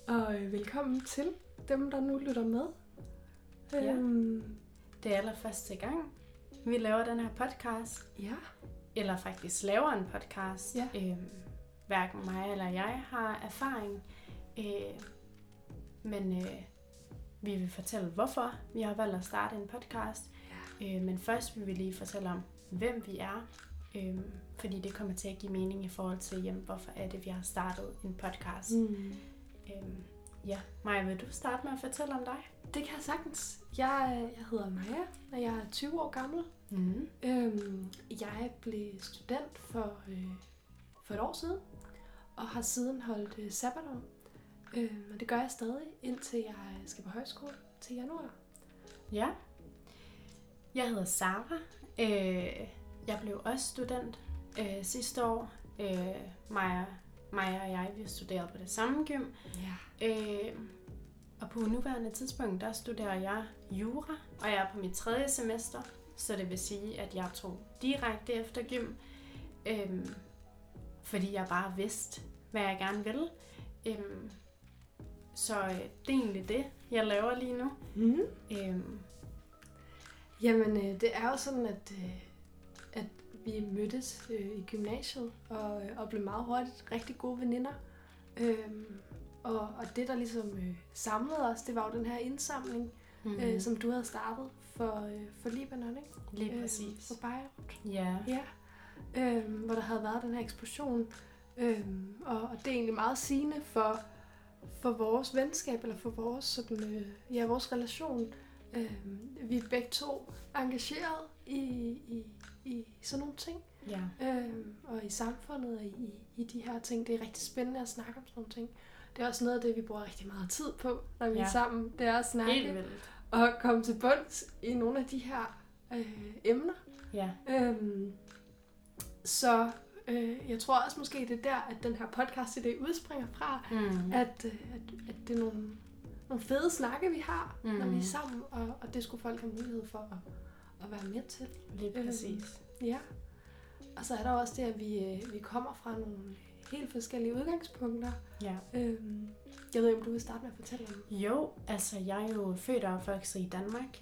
og velkommen til dem, der nu lytter med. Ja. Det er allerførste gang, vi laver den her podcast. Ja. Eller faktisk laver en podcast. Ja. Hverken mig eller jeg har erfaring. Men vi vil fortælle, hvorfor vi har valgt at starte en podcast. Ja. Men først vil vi lige fortælle om, hvem vi er. Fordi det kommer til at give mening i forhold til, hvorfor er det, vi har startet en podcast. Ja, Maja, vil du starte med at fortælle om dig? Det kan jeg sagtens. Jeg hedder Maja, og jeg er 20 år gammel. Jeg blev student for et år siden, og har siden holdt sabbatår. Og det gør jeg stadig, indtil jeg skal på højskole til januar. Ja. Jeg hedder Sara. Jeg blev også student sidste år. Maja og jeg, vi studerede på det samme gym. Ja. Og på nuværende tidspunkt, der studerer jeg jura, og jeg er på mit 3. semester. Så det vil sige, at jeg tog direkte efter gym, fordi jeg bare vidste, hvad jeg gerne ville. Så det er egentlig det, jeg laver lige nu. Jamen, det er jo sådan, at vi mødtes i gymnasiet og blev meget hurtigt rigtig gode veninder. Og det, der ligesom samlede os, det var jo den her indsamling, som du havde startet for Libanon, ikke? Lige præcis. For Beirut. Ja. Ja. Hvor der havde været den her eksplosion. Og det er egentlig meget sigende for vores venskab, eller for vores, sådan, vores relation. Vi er begge to engageret i sådan nogle ting. Ja. Og i samfundet og i de her ting. Det er rigtig spændende at snakke om sådan nogle ting. Det er også noget af det, vi bruger rigtig meget tid på, når vi er sammen. Det er at snakke og komme til bunds i nogle af de her emner. Ja. Så jeg tror også måske, det er der, at den her podcast-idé udspringer fra. At det er nogle fede snakke, vi har, når vi er sammen. Og det skulle folk have mulighed for at være med til. Lige præcis. Ja. Og så er der også det, at vi kommer fra nogle helt forskellige udgangspunkter. Ja. Jeg ved ikke, om du vil starte med at fortælle om det. Jo, altså jeg er jo født og opvokset i Danmark.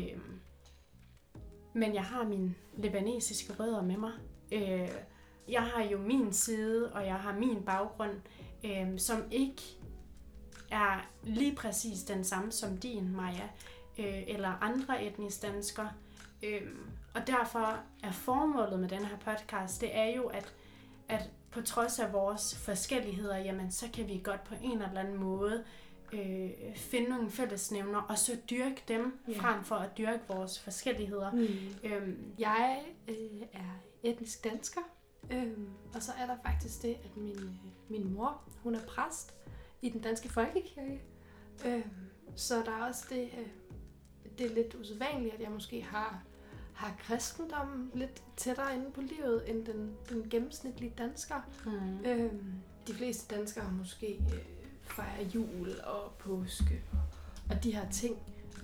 Men jeg har mine libanesiske rødder med mig. Jeg har jo min side, og jeg har min baggrund, som ikke er lige præcis den samme som din, Maja, eller andre etniske danskere. Og derfor er formålet med den her podcast, det er jo, at på trods af vores forskelligheder, jamen, så kan vi godt på en eller anden måde finde nogle fællesnævner, og så dyrke dem, frem for at dyrke vores forskelligheder. Jeg er etnisk dansker, og så er der faktisk det, at min mor, hun er præst i den danske folkekirke. Så der er også det er lidt usædvanligt, at jeg måske har kristendommen lidt tættere inde på livet, end den gennemsnitlige dansker. De fleste danskere har måske fejrer jul og påske og de her ting.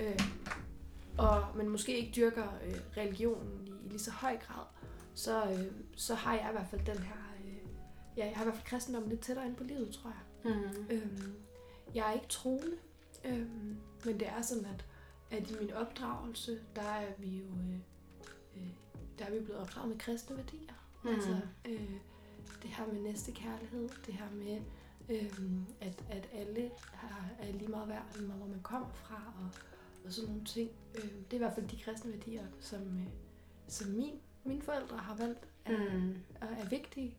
Men måske ikke dyrker religionen i lige så høj grad. Så har jeg i hvert fald den her... jeg har i hvert fald kristendommen lidt tættere inde på livet, tror jeg. Jeg er ikke troende, men det er sådan, at i min opdragelse, der er vi jo... der er vi blevet opdraget med kristne værdier. Altså det her med næstekærlighed, det her med at alle er lige meget værd, lige meget hvor man kommer fra, og sådan nogle ting. Det er i hvert fald de kristne værdier, som mine forældre har valgt er vigtige.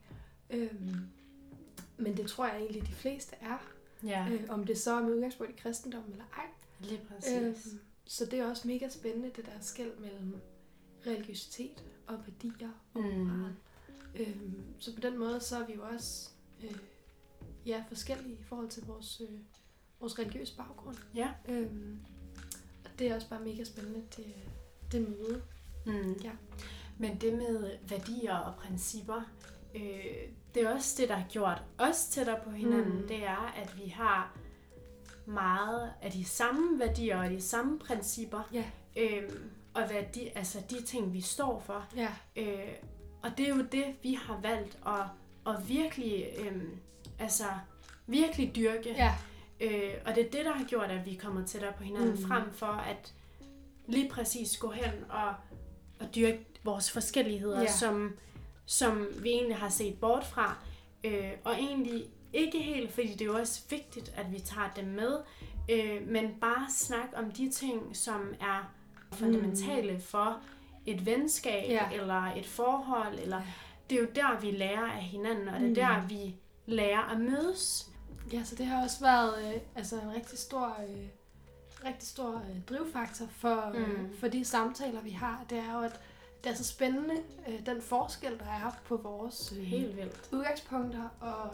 Men det tror jeg egentlig de fleste er. Ja. Om det så er med udgangspunkt i kristendommen eller ej. Lige præcis. Så det er også mega spændende, det der skel mellem religiøsitet og værdier og moral. Så på den måde, så er vi jo også forskellige i forhold til vores religiøse baggrund. Ja. Og det er også bare mega spændende, det møde. Ja. Men det med værdier og principper, det er også det, der har gjort os tættere på hinanden. Det er, at vi har meget af de samme værdier og de samme principper. Ja. Og de ting, vi står for. Ja. Og det er jo det, vi har valgt at virkelig, virkelig dyrke. Ja. Og det er det, der har gjort, at vi er kommet tættere på hinanden, frem for at lige præcis gå hen og dyrke vores forskelligheder, som vi egentlig har set bort fra. Og egentlig ikke helt, fordi det er jo også vigtigt, at vi tager dem med, men bare snakke om de ting, som er fundamentale for et venskab, eller et forhold, eller det er jo der, vi lærer af hinanden, og det er der, vi lærer at mødes. Ja, så det har også været en rigtig stor drivfaktor for de samtaler, vi har. Det er jo, at det er så spændende, den forskel, der er på vores helt vildt udgangspunkter og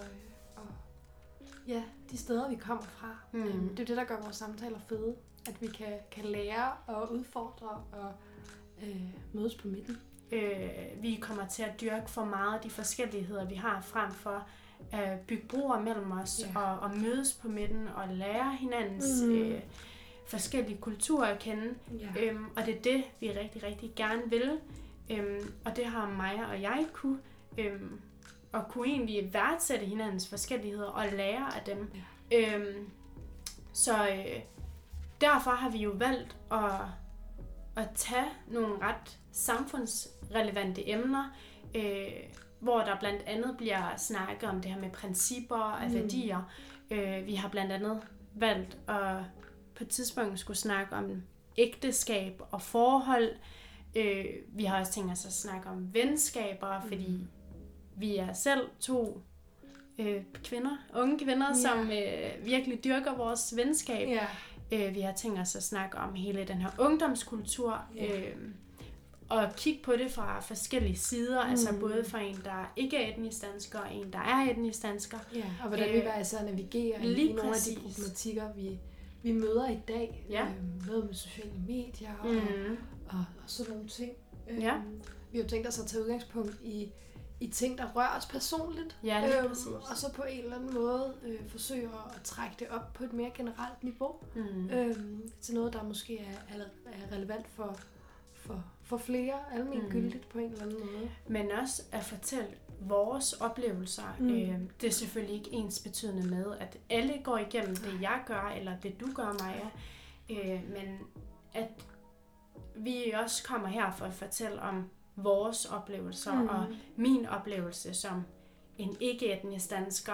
de steder, vi kommer fra. Det er det, der gør vores samtaler fede. At vi kan lære og udfordre og mødes på midten. Vi kommer til at dyrke for meget af de forskelligheder, vi har, frem for at bygge broer mellem os og mødes på midten og lære hinandens forskellige kulturer at kende. Og det er det, vi rigtig, rigtig gerne vil. Og det har mig og jeg kunne. Og kunne egentlig værdsætte hinandens forskelligheder og lære af dem. Så derfor har vi jo valgt at tage nogle ret samfundsrelevante emner, hvor der blandt andet bliver snakket om det her med principper og værdier. Vi har blandt andet valgt at på et tidspunkt skulle snakke om ægteskab og forhold. Vi har også tænkt os at snakke om venskaber, fordi vi er selv 2 unge kvinder, som virkelig dyrker vores venskab. Vi har tænkt os at snakke om hele den her ungdomskultur, og kigge på det fra forskellige sider, altså både for en, der ikke er etnisk dansker, og en, der er etnisk dansker. Og hvordan vi bare så navigerer i nogle af de problematikker, vi møder i dag. Noget med sociale medier og sådan nogle ting. Vi har jo tænkt os at tage udgangspunkt i ting, der rører os personligt. Og så på en eller anden måde forsøge at trække det op på et mere generelt niveau. Til noget, der måske er relevant for flere, almengyldigt på en eller anden måde. Men også at fortælle vores oplevelser. Det er selvfølgelig ikke ensbetydende med, at alle går igennem det, jeg gør, eller det, du gør, Maja. Men at vi også kommer her for at fortælle om vores oplevelser, og min oplevelse som en ikke-etnisk dansker.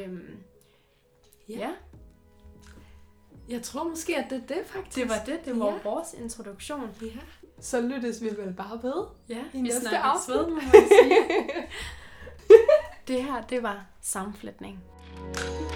Jeg tror måske, at det er det, faktisk. Det var vores introduktion. Så lyttes vi vel bare ved i næste afsnit. Ved, må man sige. Det her, det var sammenflætning.